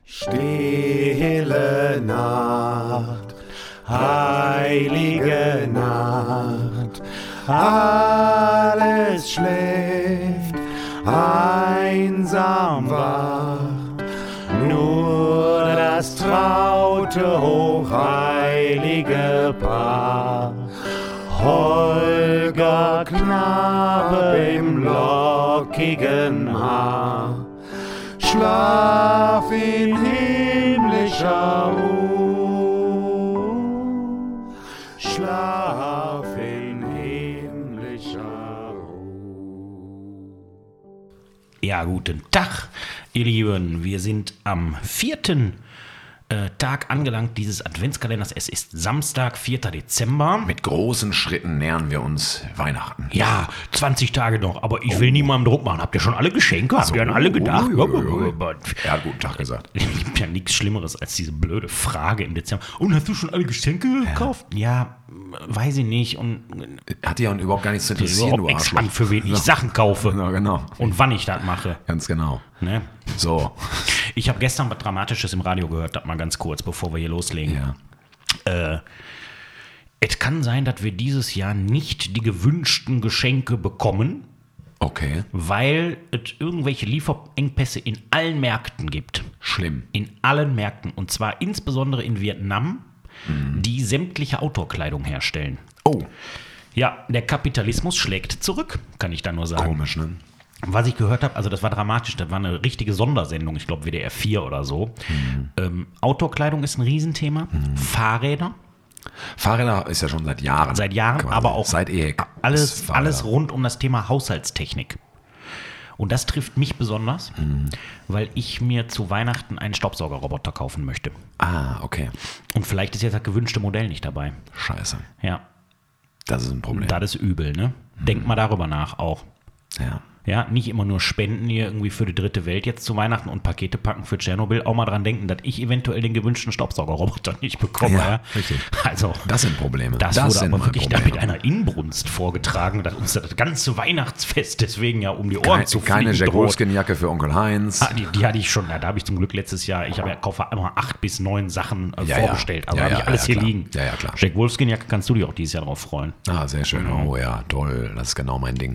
Stille Nacht, heilige Nacht, alles schläft, einsam wacht, nur das traute, hochheilige Paar. Holger Knabe im lockigen Haar, schlaf in himmlischer Ruhe, schlaf in himmlischer Ruhe. Ja, guten Tag, ihr Lieben. Wir sind am 4. Tag angelangt dieses Adventskalenders. Es ist Samstag, 4. Dezember. Mit großen Schritten nähern wir uns Weihnachten. Ja, 20 Tage noch, aber ich will niemandem Druck machen. Habt ihr schon alle Geschenke? Habt ihr an alle gedacht? Er hat guten Tag gesagt. Es gibt ja nichts Schlimmeres als diese blöde Frage im Dezember. Und hast du schon alle Geschenke gekauft? Ja, weiß ich nicht. Und hat ja überhaupt gar nichts zu interessieren, überhaupt du nichts Arschloch. an, für wen ich Sachen kaufe. Ja, genau. Und wann ich das mache. Ganz genau. Ne? So. Ich habe gestern was Dramatisches im Radio gehört, das mal ganz kurz, bevor wir hier loslegen. Ja. Es kann sein, dass wir dieses Jahr nicht die gewünschten Geschenke bekommen, Okay. weil es irgendwelche Lieferengpässe in allen Märkten gibt. Schlimm. In allen Märkten. Und zwar insbesondere in Vietnam, die sämtliche Outdoor-Kleidung herstellen. Oh, Ja, der Kapitalismus schlägt zurück, kann ich da nur sagen. komisch, ne? Was ich gehört habe, also das war dramatisch, das war eine richtige Sondersendung, ich glaube WDR 4 oder so. Outdoor-Kleidung ist ein Riesenthema. Fahrräder. Fahrräder ist ja schon seit Jahren. Seit Jahren, quasi. aber auch seit EHEC. alles rund um das Thema Haushaltstechnik. Und das trifft mich besonders, weil ich mir zu Weihnachten einen Staubsaugerroboter kaufen möchte. Ah, okay. Und vielleicht ist jetzt das gewünschte Modell nicht dabei. Scheiße. Ja, Das ist ein Problem. das ist übel, ne? Denkt mal darüber nach auch. Ja. Ja, nicht immer nur spenden hier irgendwie für die dritte Welt jetzt zu Weihnachten und Pakete packen für Tschernobyl. Auch mal dran denken, dass ich eventuell den gewünschten Staubsaugerroboter nicht bekomme. Ja, richtig. Also, Das sind Probleme. das sind wurde aber mal wirklich da Probleme. mit einer Inbrunst vorgetragen, dass uns das ganze Weihnachtsfest deswegen ja um die Ohren zu fliegen Keine Jack droht. Wolfskin-Jacke für Onkel Heinz. Die hatte ich schon, ja, da habe ich zum Glück letztes Jahr, ich habe ja kaufe immer 8 bis 9 Sachen vorbestellt. Also habe ich alles hier klar. liegen. Ja, ja, klar. Jack Wolfskin-Jacke kannst du dich auch dieses Jahr drauf freuen. Ah, sehr schön. Oh ja, toll. Das ist genau mein Ding.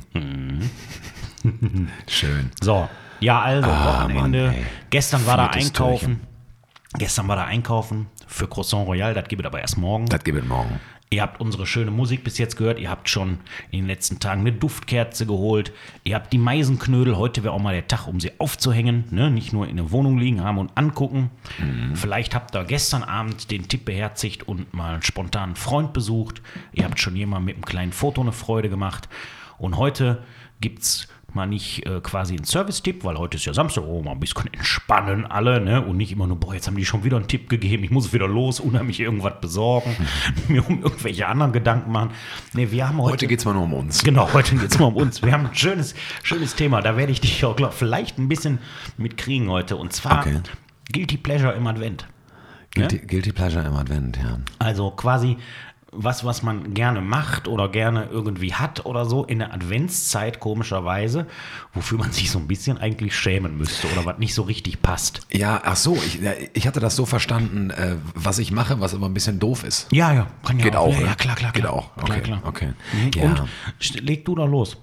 Schön. So, ja, also Wochenende. Mann, ey. Gestern war da Viertes einkaufen. Gestern war da einkaufen für Croissant Royal, das gibt es aber erst morgen. Das gibt es morgen. Ihr habt unsere schöne Musik bis jetzt gehört. Ihr habt schon in den letzten Tagen eine Duftkerze geholt. Ihr habt die Meisenknödel. Heute wäre auch mal der Tag, um sie aufzuhängen. Ne? Nicht nur in der Wohnung liegen haben und angucken. Vielleicht habt ihr gestern Abend den Tipp beherzigt und mal einen spontanen Freund besucht. Ihr habt schon jemand mit einem kleinen Foto eine Freude gemacht. Und heute gibt's mal nicht quasi einen Service-Tipp, weil heute ist ja Samstag, mal ein bisschen entspannen alle, ne? Und nicht immer nur, boah, jetzt haben die schon wieder einen Tipp gegeben, ich muss wieder los, unheimlich irgendwas besorgen, mir um irgendwelche anderen Gedanken machen. Ne, wir haben Heute geht es mal nur um uns. Genau, heute geht es mal um uns. Wir haben ein schönes Thema, da werde ich dich auch vielleicht ein bisschen mitkriegen heute. Und zwar Okay. Guilty Pleasure im Advent. Guilty Pleasure im Advent, ja. Also quasi was man gerne macht oder gerne irgendwie hat oder so in der Adventszeit komischerweise, wofür man sich so ein bisschen eigentlich schämen müsste oder was nicht so richtig passt. Ja, ach so, ich hatte das so verstanden, was ich mache, was aber ein bisschen doof ist. Ja, kann ja Geht auch, Ja, ne? ja, klar. Geht auch, okay, Klar. okay. Mhm. Ja. Und leg du doch los.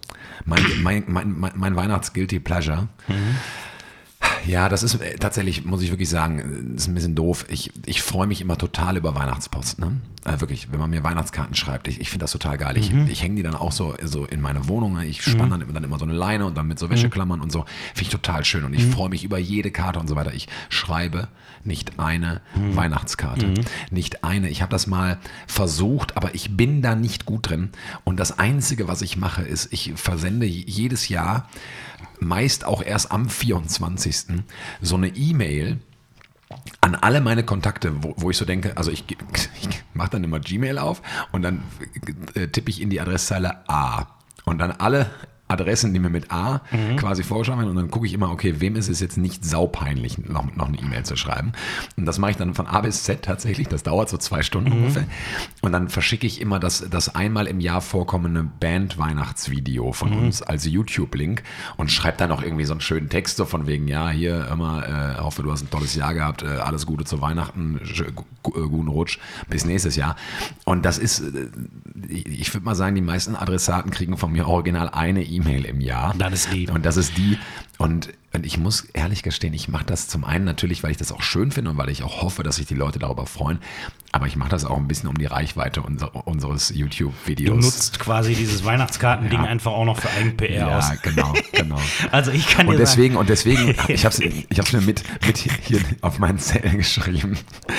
Mein Weihnachts-Guilty Pleasure. Ja, das ist tatsächlich, muss ich wirklich sagen, ist ein bisschen doof. Ich freue mich immer total über Weihnachtspost, ne? Wirklich, wenn man mir Weihnachtskarten schreibt, ich finde das total geil. Ich hänge die dann auch so in meine Wohnung, ne? Ich spanne dann immer so eine Leine und dann mit so Wäscheklammern und so. Finde ich total schön und ich freue mich über jede Karte und so weiter. Ich schreibe nicht eine Weihnachtskarte. Nicht eine. Ich habe das mal versucht, aber ich bin da nicht gut drin. Und das Einzige, was ich mache, ist, ich versende jedes Jahr, meist auch erst am 24. so eine E-Mail an alle meine Kontakte, wo ich so denke, also ich mache dann immer Gmail auf und dann tippe ich in die Adresszeile A und dann alle Adressen, die mir mit A quasi vorgeschlagen werden und dann gucke ich immer, okay, wem ist es jetzt nicht saupeinlich, noch eine E-Mail zu schreiben. Und das mache ich dann von A bis Z tatsächlich, das dauert so 2 Stunden ungefähr. Und dann verschicke ich immer das einmal im Jahr vorkommende Band-Weihnachtsvideo von uns als YouTube-Link und schreibe dann auch irgendwie so einen schönen Text so von wegen, ja, hier immer, hoffe, du hast ein tolles Jahr gehabt, alles Gute zu Weihnachten, guten Rutsch, bis nächstes Jahr. Und das ist, ich würde mal sagen, die meisten Adressaten kriegen von mir original eine E-Mail im Jahr. Das ist lieb. Und das ist die. Und ich muss ehrlich gestehen, ich mache das zum einen natürlich, weil ich das auch schön finde und weil ich auch hoffe, dass sich die Leute darüber freuen. Aber ich mache das auch ein bisschen um die Reichweite unseres YouTube-Videos. Du nutzt quasi dieses Weihnachtskartending einfach auch noch für Eigen-PR aus. Ja, genau. Also ich kann dir sagen. Und deswegen, ich hab's mir mit hier auf meinen Zettel geschrieben.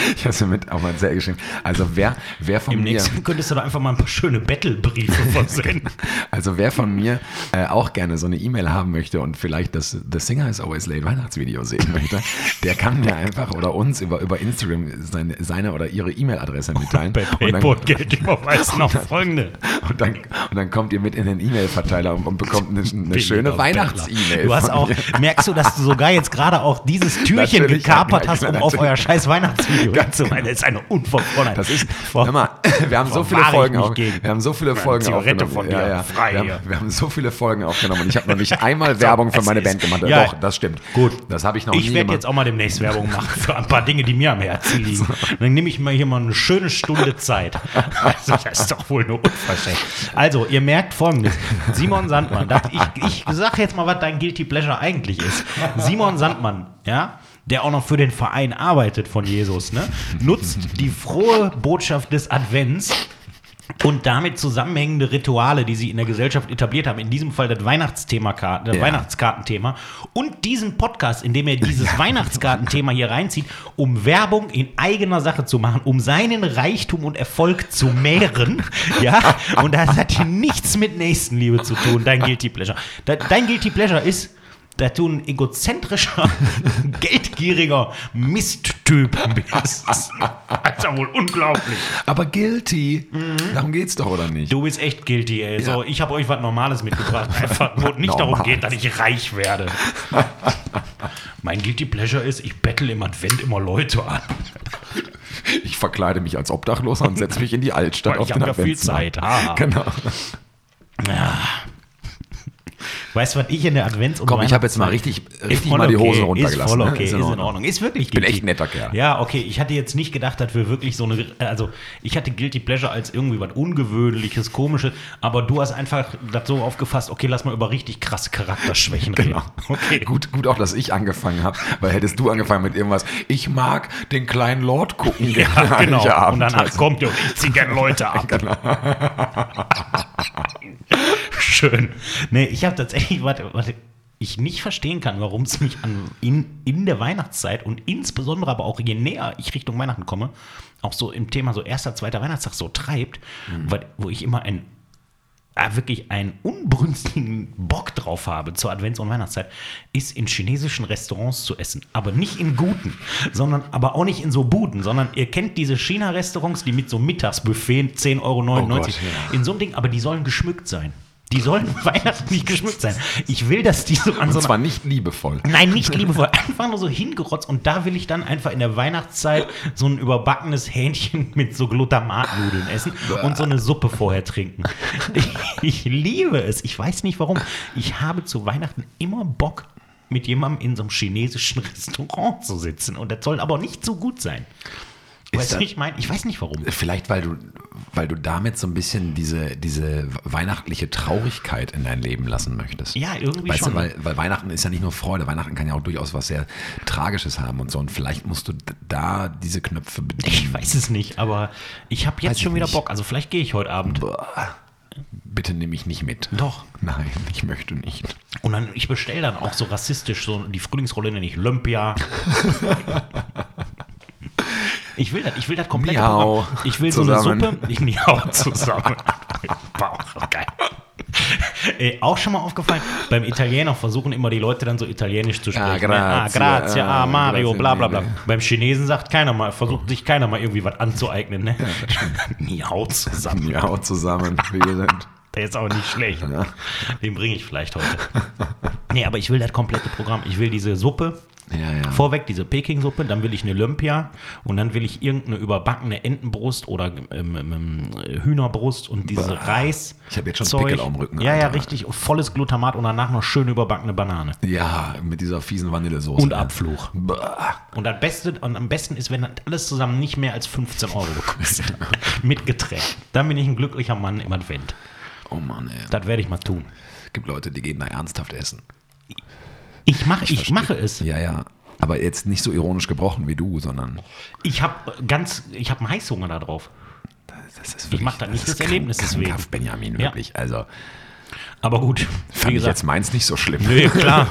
Also wer von Im mir... nächsten könntest du da einfach mal ein paar schöne Battle-Briefe versenden. Also wer von mir auch gerne so eine E-Mail haben möchte und vielleicht das The Singer is Always Late Weihnachtsvideo sehen möchte, der kann mir einfach oder uns über Instagram seine oder ihre E-Mail-Adresse mitteilen. Bei PayPal Geld überweisen auf folgende. Und dann kommt ihr mit in den E-Mail-Verteiler und bekommt eine schöne Weihnachts-E-Mail. Du hast auch, merkst du, dass du sogar jetzt gerade auch dieses Türchen Natürlich, gekapert ja, hast, um auf euer scheiß Weihnachtsvideo hinzuweisen? Das ist eine Unverfrorenheit. Das ist, hör mal, wir haben so viele Folgen Zigarette aufgenommen. von dir, frei hier. Wir haben so viele Folgen aufgenommen und ich habe noch nicht einmal Werbung für meine Band gemacht. Ja, doch, das stimmt. Gut. Das habe ich noch nie Ich werde gemacht. jetzt auch mal demnächst Werbung machen für ein paar Dinge, die mir am Herzen liegen. Dann nehme ich mal hier mal eine schöne Stunde Zeit. Also das ist doch wohl nur unverschämt. Also, ihr merkt Folgendes. Simon Sandmann, ich sage jetzt mal, was dein Guilty Pleasure eigentlich ist. Simon Sandmann, ja, der auch noch für den Verein arbeitet von Jesus, ne, nutzt die frohe Botschaft des Advents und damit zusammenhängende Rituale, die sie in der Gesellschaft etabliert haben, in diesem Fall das Weihnachtskartenthema und diesen Podcast, in dem er dieses Weihnachtskartenthema hier reinzieht, um Werbung in eigener Sache zu machen, um seinen Reichtum und Erfolg zu mehren, ja, und das hat hier nichts mit Nächstenliebe zu tun, dein Guilty Pleasure. Dein Guilty Pleasure ist, dass du ein egozentrischer, geldgieriger Misttyp bist. Das ist ja wohl unglaublich. Aber guilty, darum geht's doch, oder nicht? Du bist echt guilty, ey. So, ich habe euch was Normales mitgebracht. Einfach, wo es nicht darum geht, dass ich reich werde. Mein Guilty Pleasure ist, ich bettel im Advent immer Leute an. Ich verkleide mich als Obdachloser und setze mich in die Altstadt auf den Ich habe ja viel Adventsmarkt. Zeit. Genau. Ja. Weißt du, was ich in der Advents- und Komm, ich habe jetzt mal richtig mal die Hosen runtergelassen. Ist voll okay, Ist in Ordnung. Ist wirklich Ich bin guilty. echt ein netter Kerl. Ja, okay, ich hatte jetzt nicht gedacht, dass wir wirklich so eine, also ich hatte Guilty Pleasure als irgendwie was Ungewöhnliches, Komisches, aber du hast einfach das so aufgefasst, okay, lass mal über richtig krasse Charakterschwächen reden. Genau. Okay. Gut auch, dass ich angefangen habe, weil hättest du angefangen mit irgendwas, ich mag den kleinen Lord gucken. Ja, genau. Abend. Und danach kommt ihr und ich ziehe gerne Leute ab. Genau. Schön. Nee, ich habe tatsächlich, was ich nicht verstehen kann, warum es mich in der Weihnachtszeit und insbesondere aber auch je näher ich Richtung Weihnachten komme, auch so im Thema so erster, zweiter Weihnachtstag so treibt, wo ich immer wirklich einen unbrünstigen Bock drauf habe zur Advents- und Weihnachtszeit, ist in chinesischen Restaurants zu essen. Aber nicht in guten, aber auch nicht in so Buden, sondern ihr kennt diese China-Restaurants, die mit so Mittagsbuffet 10,99 Euro in so einem Ding, aber die sollen geschmückt sein. Die sollen weihnachtlich geschmückt sein. Ich will, dass die so an Und so zwar nicht liebevoll. Nein, nicht liebevoll. Einfach nur so hingerotzt. Und da will ich dann einfach in der Weihnachtszeit so ein überbackenes Hähnchen mit so Glutamatnudeln essen und so eine Suppe vorher trinken. Ich liebe es. Ich weiß nicht warum. Ich habe zu Weihnachten immer Bock, mit jemandem in so einem chinesischen Restaurant zu sitzen. Und das soll aber nicht so gut sein. Weißt du, was ich meine? Ich weiß nicht warum. Vielleicht, weil du damit so ein bisschen diese weihnachtliche Traurigkeit in dein Leben lassen möchtest. Ja, irgendwie weißt schon. Du, weil Weihnachten ist ja nicht nur Freude. Weihnachten kann ja auch durchaus was sehr Tragisches haben und so. Und vielleicht musst du da diese Knöpfe bedienen. Ich weiß es nicht, aber ich habe jetzt schon wieder Bock. Also vielleicht gehe ich heute Abend. Boah, bitte nimm mich nicht mit. Doch. Nein, ich möchte nicht. Und dann, ich bestelle dann auch so rassistisch, so die Frühlingsrolle nenne ich Lömpia. Ich will das komplette Miau Programm. Ich will zusammen. so eine Suppe. Ich miau zusammen. Geil. Auch schon mal aufgefallen, beim Italiener versuchen immer die Leute dann so italienisch zu sprechen. Grazie, Mario, grazie, bla bla bla. mille. Beim Chinesen versucht sich keiner mal irgendwie was anzueignen. Ne? Miau zusammen. Miau zusammen. Wir sind Der ist auch nicht schlecht. Ja. Den bringe ich vielleicht heute. Nee, aber ich will das komplette Programm. Ich will diese Suppe. Ja. Vorweg diese Peking-Suppe, dann will ich eine Lömpia und dann will ich irgendeine überbackene Entenbrust oder Hühnerbrust und diese Reis. Ich habe jetzt schon Pickel am Rücken. Ja, Alter. richtig. Und volles Glutamat und danach noch schön überbackene Banane. Ja, mit dieser fiesen Vanillesoße. Und Abfluch. Bah. Und am besten ist, wenn das alles zusammen nicht mehr als 15 Euro kostet. Mit Getränk. Dann bin ich ein glücklicher Mann im Advent. Oh Mann, ey. Das werde ich mal tun. Es gibt Leute, die gehen da ernsthaft essen. Ich mache es. Ja. Aber jetzt nicht so ironisch gebrochen wie du, sondern... Ich habe einen Heißhunger da drauf. Das ist Ich mache das nicht des Erlebnisses wegen. Krankhaft, Benjamin, wirklich. Ja. Also, aber gut, fand ich jetzt meins nicht so schlimm. Nö, klar.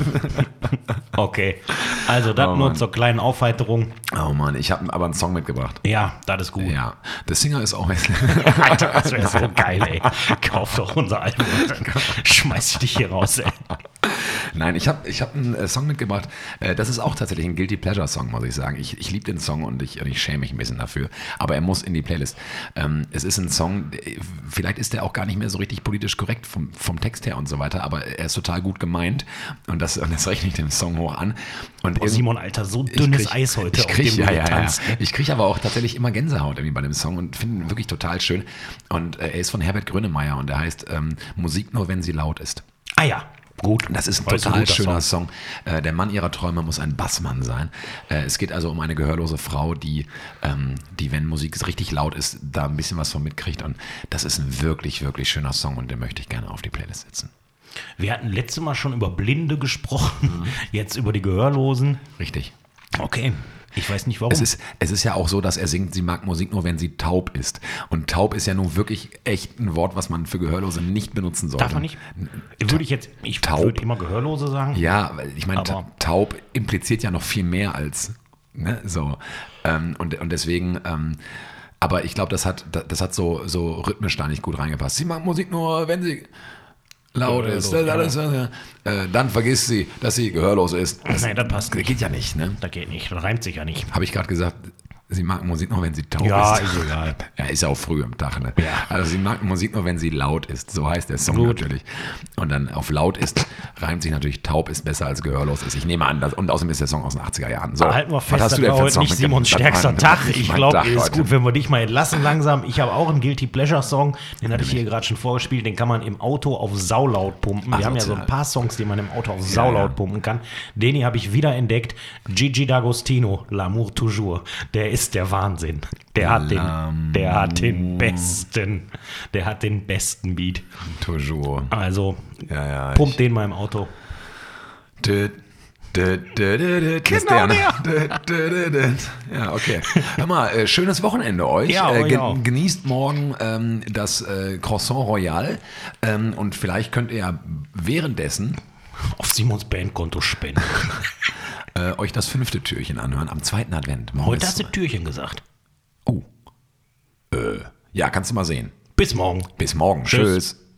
Okay. Also, das nur Mann. zur kleinen Aufheiterung. Oh Mann, ich habe aber einen Song mitgebracht. Ja, das ist gut. Ja, der Singer ist auch... Alter, das wäre so geil, ey. Kauf doch unser Album. Dann schmeiß ich dich hier raus, ey. Nein, ich hab einen Song mitgebracht. Das ist auch tatsächlich ein Guilty Pleasure Song, muss ich sagen. Ich liebe den Song und ich schäme mich ein bisschen dafür. Aber er muss in die Playlist. Es ist ein Song, vielleicht ist der auch gar nicht mehr so richtig politisch korrekt vom Text her und so weiter, aber er ist total gut gemeint und das rechne ich dem Song hoch an. Und Simon, Alter, so dünnes Eis heute, auf dem du tanzt. Ja. Ich kriege aber auch tatsächlich immer Gänsehaut irgendwie bei dem Song und finde ihn wirklich total schön. Und er ist von Herbert Grönemeyer und er heißt Musik nur, wenn sie laut ist. Ah ja. Gut. Das ist ein total schöner Song. Der Mann ihrer Träume muss ein Bassmann sein. Es geht also um eine gehörlose Frau, die, wenn Musik richtig laut ist, da ein bisschen was von mitkriegt. Und das ist ein wirklich, wirklich schöner Song und den möchte ich gerne auf die Playlist setzen. Wir hatten letztes Mal schon über Blinde gesprochen, jetzt über die Gehörlosen. Richtig. Okay. Ich weiß nicht warum. Es ist ja auch so, dass er singt, sie mag Musik nur, wenn sie taub ist. Und taub ist ja nun wirklich echt ein Wort, was man für Gehörlose nicht benutzen sollte. Darf man nicht? Ich würde immer Gehörlose sagen. Ja, weil ich meine, taub impliziert ja noch viel mehr als, ne, so. Und deswegen, aber ich glaube, das hat so rhythmisch da nicht gut reingepasst. Sie mag Musik nur, wenn sie laut ist. Dann vergisst sie, dass sie gehörlos ist. Nein, das passt nicht. Geht ja nicht, ne? Das geht nicht, das reimt sich ja nicht. Habe ich gerade gesagt, sie mag Musik nur, wenn sie taub Ja, ist. ist egal. Ja, ist ja auch früh am Tag, ne? Ja. Also sie mag Musik nur, wenn sie laut ist. So heißt der Song Gut. natürlich. Und dann auf laut ist, reimt sich natürlich taub ist besser als gehörlos ist. Ich nehme an, und außerdem ist der Song aus den 80er Jahren. So, Halten wir was fest, hast das du denn war für einen heute Song nicht Simons mitgebracht? stärkster Das war Tag. Ich mein glaube, Tag es ist heute. gut, wenn wir dich mal entlassen langsam. Ich habe auch einen Guilty Pleasure Song, den hatte ich hier gerade schon vorgespielt. Den kann man im Auto auf saulaut pumpen. Wir haben ja so ein paar Songs, die man im Auto auf saulaut pumpen kann. Den hier habe ich wieder entdeckt. Gigi D'Agostino, L'amour toujours. Der ist der Wahnsinn. Der hat den besten Beat. Toujours. Also, Ja, pumpt den mal im Auto. Genau der. Ja, okay. Hör mal, schönes Wochenende euch. Ja, euch auch. Genießt morgen das Croissant Royal und vielleicht könnt ihr ja währenddessen Auf Simons Bandkonto spenden. euch das 5. Türchen anhören am 2. Advent. Morgen Heute ist- hast du Türchen gesagt. Ja, kannst du mal sehen. Bis morgen. Bis morgen. Tschüss. Tschüss.